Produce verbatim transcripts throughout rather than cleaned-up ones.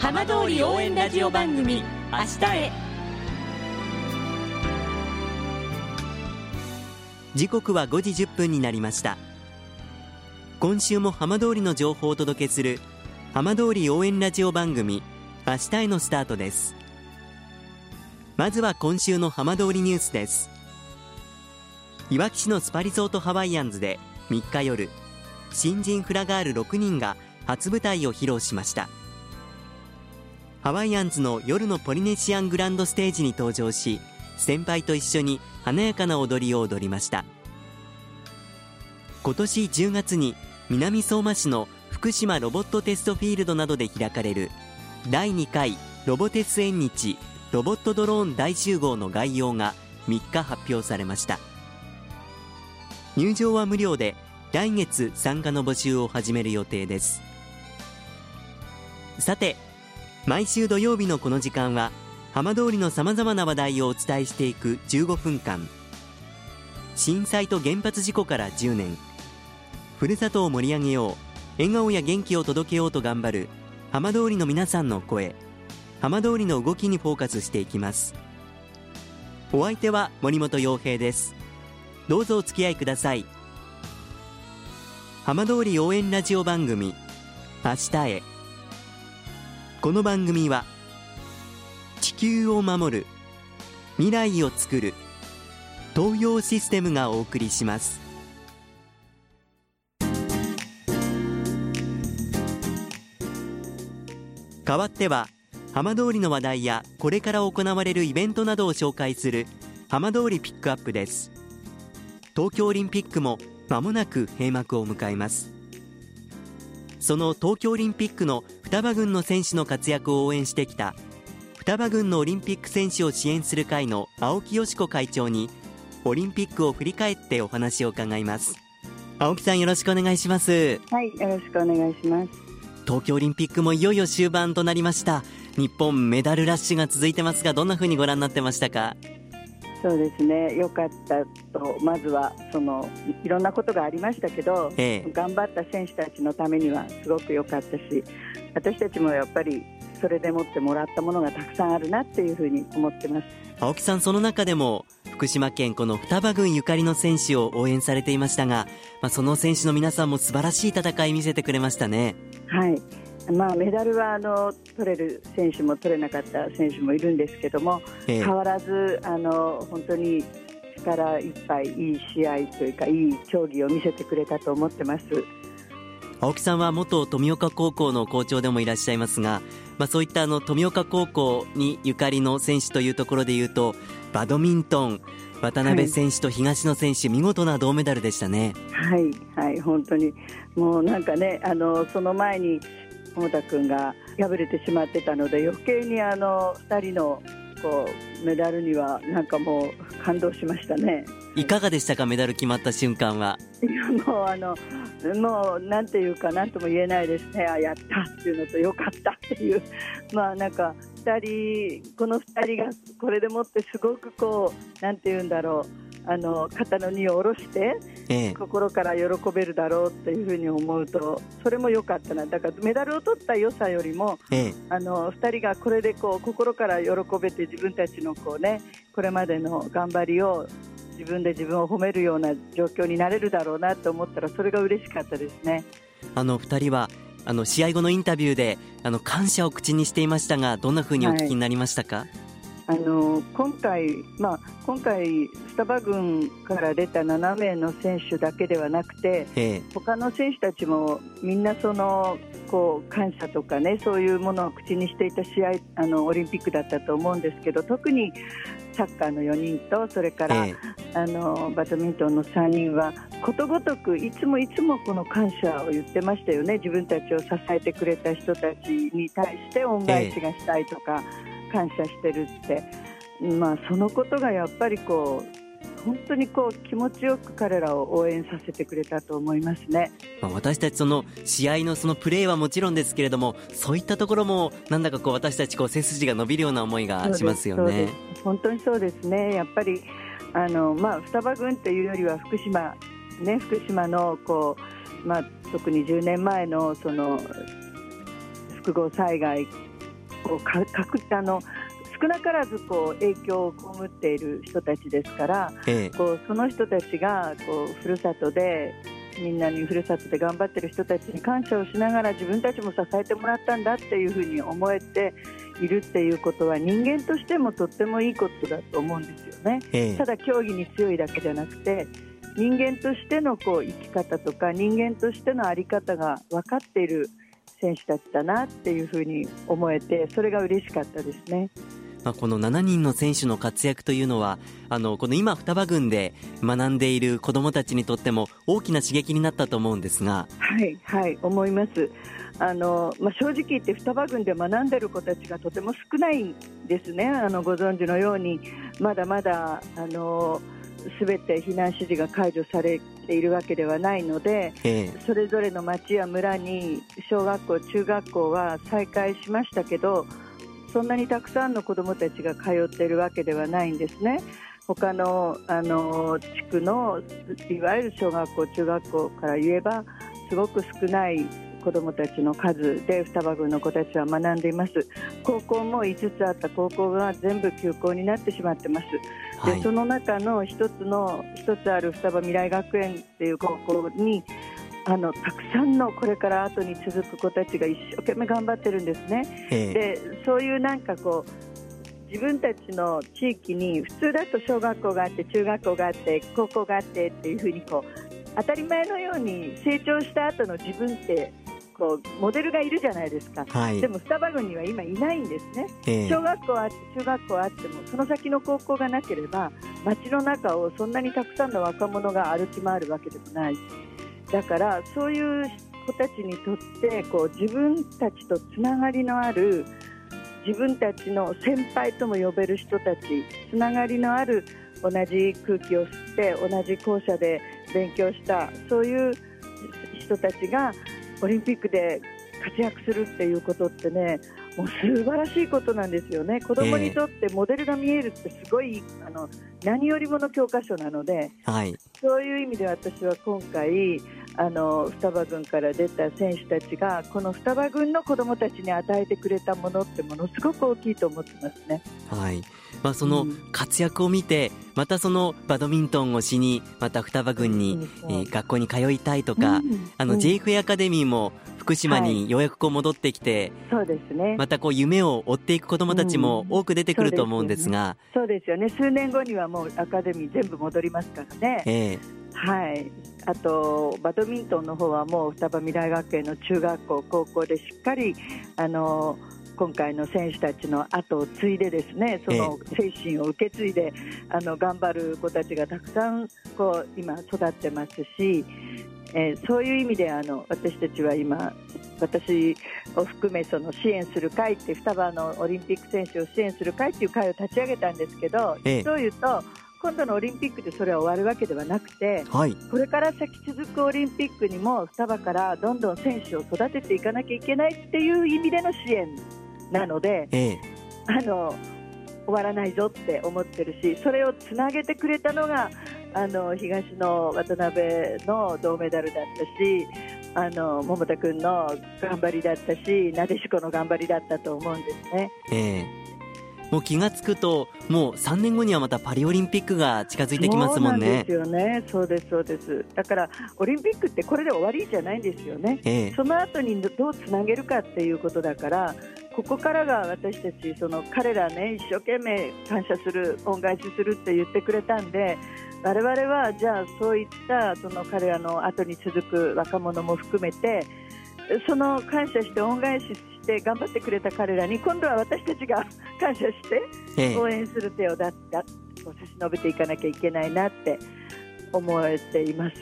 浜通り応援ラジオ番組明日へ。 時刻はごじじゅっぷんになりました。今週も浜通りの情報をお届けする浜通り応援ラジオ番組明日へのスタートです。まずは今週の浜通りニュースです。いわき市のスパリゾートハワイアンズでみっか夜、新人フラガールろくにんが初舞台を披露しました。ハワイアンズの夜のポリネシアングランドステージに登場し、先輩と一緒に華やかな踊りを踊りました。今年じゅうがつに南相馬市の福島ロボットテストフィールドなどで開かれるだいにかいロボテス縁日ロボットドローン大集合の概要がみっか発表されました。入場は無料で、来月参加の募集を始める予定です。さて、毎週土曜日のこの時間は浜通りのさまざまな話題をお伝えしていくじゅうごふんかん。震災と原発事故からじゅうねん、ふるさとを盛り上げよう、笑顔や元気を届けようと頑張る浜通りの皆さんの声、浜通りの動きにフォーカスしていきます。お相手は森本洋平です。どうぞお付き合いください。浜通り応援ラジオ番組明日へ。この番組は地球を守る、未来をつくる東洋システムがお送りします。代わっては浜通りの話題やこれから行われるイベントなどを紹介する浜通りピックアップです。東京オリンピックも間もなく閉幕を迎えます。その東京オリンピックの双葉郡の選手の活躍を応援してきた双葉郡のオリンピック選手を支援する会の青木よし子会長にオリンピックを振り返ってお話を伺います。青木さん、よろしくお願いします。 はい、よろしくお願いします。 東京オリンピックもいよいよ終盤となりました。日本メダルラッシュが続いてますが、どんな風にご覧になってましたか？ そうですね、良かったと、まずはそのいろんなことがありましたけど、ええ、頑張った選手たちのためにはすごく良かったし、私たちもやっぱりそれでもってもらったものがたくさんあるなっていうふうに思ってます。 青木さん、その中でも福島県この双葉郡ゆかりの選手を応援されていましたが、まあ、その選手の皆さんも素晴らしい戦い見せてくれましたね。 はい、まあ、メダルはあの取れる選手も取れなかった選手もいるんですけども、ええ、変わらずあの本当に力いっぱいいい試合というかいい競技を見せてくれたと思ってます。 青木さんは元富岡高校の校長でもいらっしゃいますが、まあ、そういったあの富岡高校にゆかりの選手というところでいうと、バドミントン渡辺選手と東野選手、はい、見事な銅メダルでしたね。 はい、はい、本当にもうなんかね、あのその前に桃田君が敗れてしまってたので、余計にあのふたりのこうメダルにはなんかもう感動しましたね。 いかがでしたか、メダル決まった瞬間は？ いや、もうあのもうなんていうかなんとも言えないですね。あ、やったっていうのとよかったっていう、まあなんかふたり、このふたりがこれでもってすごくこうなんていうんだろう、あの肩の荷を下ろして、ええ、心から喜べるだろうっていうふうに思うと、それも良かったな。だからメダルを取った良さよりも、ええ、あのふたりがこれでこう心から喜べて、自分たちのこう、ね、これまでの頑張りを自分で自分を褒めるような状況になれるだろうなと思ったら、それが嬉しかったですね。 あのふたりはあの試合後のインタビューであの感謝を口にしていましたが、どんなふうにお聞きになりましたか？はい、 あの今回、まあ、今回双葉郡から出たななめいの選手だけではなくて、ええ、他の選手たちもみんなそのこう感謝とかね、そういうものを口にしていた試合、あのオリンピックだったと思うんですけど、特にサッカーのよにんと、それから、ええ、あのバドミントンのさんにんはことごとくいつもいつもこの感謝を言ってましたよね。自分たちを支えてくれた人たちに対して恩返しがしたいとか、ええ、感謝してるって、まあ、そのことがやっぱりこう本当にこう気持ちよく彼らを応援させてくれたと思いますね。 まあ、私たちその試合のそのプレーはもちろんですけれども、そういったところもなんだかこう私たちこう背筋が伸びるような思いがしますよね。 本当にそうですね。やっぱりあの、まあ、双葉郡というよりは福島、ね、福島のこう、まあ、特にじゅうねんまえのその複合災害こうかかくあの少なからずこう影響を被っている人たちですから、ええ、こうその人たちがこうふるさとでみんなにふるさとで頑張っている人たちに感謝をしながら自分たちも支えてもらったんだっていうふうに思えているっていうことは人間としてもとってもいいことだと思うんですよね、ええ、ただ競技に強いだけじゃなくて人間としてのこう生き方とか人間としての在り方が分かっている選手たちだなっていうふうに思えてそれが嬉しかったですね。 まあ、このしちにんの選手の活躍というのはあのこの今双葉郡で学んでいる子どもたちにとっても大きな刺激になったと思うんですが。 はいはい思います。あの、まあ、正直言って双葉郡で学んでいる子たちがとても少ないんですね。あのご存知のようにまだまだあの全て避難指示が解除されているわけではないので、ええ、それぞれの町や村に小学校中学校は再開しましたけどそんなにたくさんの子どもたちが通っているわけではないんですね。他の、あの地区のいわゆる小学校中学校から言えばすごく少ない子どもたちの数で双葉郡の子たちは学んでいます。高校もいつつあった高校が全部休校になってしまってます、はい、でその中の一つの一つある双葉未来学園っていう高校にあのたくさんのこれから後に続く子たちが一生懸命頑張ってるんですね。でそういうなんかこう自分たちの地域に普通だと小学校があって中学校があって高校があってっていうふうにこう当たり前のように成長した後の自分ってこうモデルがいるじゃないですか、はい、でも双葉郡には今いないんですね、えー、小学校あって中学校あってもその先の高校がなければ街の中をそんなにたくさんの若者が歩き回るわけでもない。だからそういう子たちにとってこう自分たちとつながりのある自分たちの先輩とも呼べる人たちつながりのある同じ空気を吸って同じ校舎で勉強したそういう人たちがオリンピックで活躍するっていうことってねもう素晴らしいことなんですよね。子どもにとってモデルが見えるってすごいあの何よりもの教科書なので、はい、そういう意味で私は今回あの双葉郡から出た選手たちがこの双葉郡の子どもたちに与えてくれたものってものすごく大きいと思ってますね。 はい、まあ、その活躍を見て、うん、またそのバドミントンをしにまた双葉郡に、うんえー、学校に通いたいとか、うん、あの、うん、ジェイエフエー アカデミーも福島にようやくこう戻ってきて、はい、そうですね、またこう夢を追っていく子どもたちも多く出てくると思うんですが、 うん、そうですよね。数年後にはもうアカデミー全部戻りますからね、えーはい、あとバドミントンの方はもう双葉未来学園の中学校高校でしっかりあの今回の選手たちの後を継いでですねその精神を受け継いであの頑張る子たちがたくさんこう今育ってますし、えー、そういう意味であの私たちは今私を含めその支援する会って双葉のオリンピック選手を支援する会っていう会を立ち上げたんですけど、ええ、そういうと今度のオリンピックでそれは終わるわけではなくて、はい、これから先続くオリンピックにも双葉からどんどん選手を育てていかなきゃいけないっていう意味での支援なので、ええ、あの終わらないぞって思ってるしそれをつなげてくれたのがあの東の渡辺の銅メダルだったしあの桃田君の頑張りだったしなでしこの頑張りだったと思うんですね、ええもう気がつくともうさんねんごにはまたパリオリンピックが近づいてきますもんね。 そうなんですよね。そうですそうです。だからオリンピックってこれで終わりじゃないんですよね、ええ、その後にどうつなげるかっていうことだからここからが私たちその彼らね一生懸命感謝する恩返しするって言ってくれたんで我々はじゃあそういったその彼らの後に続く若者も含めてその感謝して恩返しして頑張ってくれた彼らに今度は私たちが感謝して応援する手をだった差し伸べていかなきゃいけないなって思えています。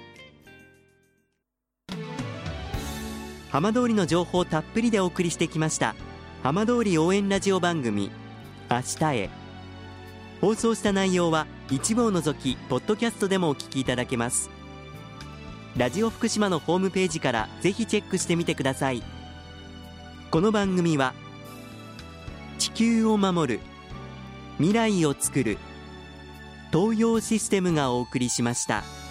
浜通りの情報をたっぷりでお送りしてきました浜通り応援ラジオ番組明日へ。放送した内容は一部を除きポッドキャストでもお聞きいただけます。ラジオ福島のホームページからぜひチェックしてみてください。この番組は地球を守る未来をつくる東洋システムがお送りしました。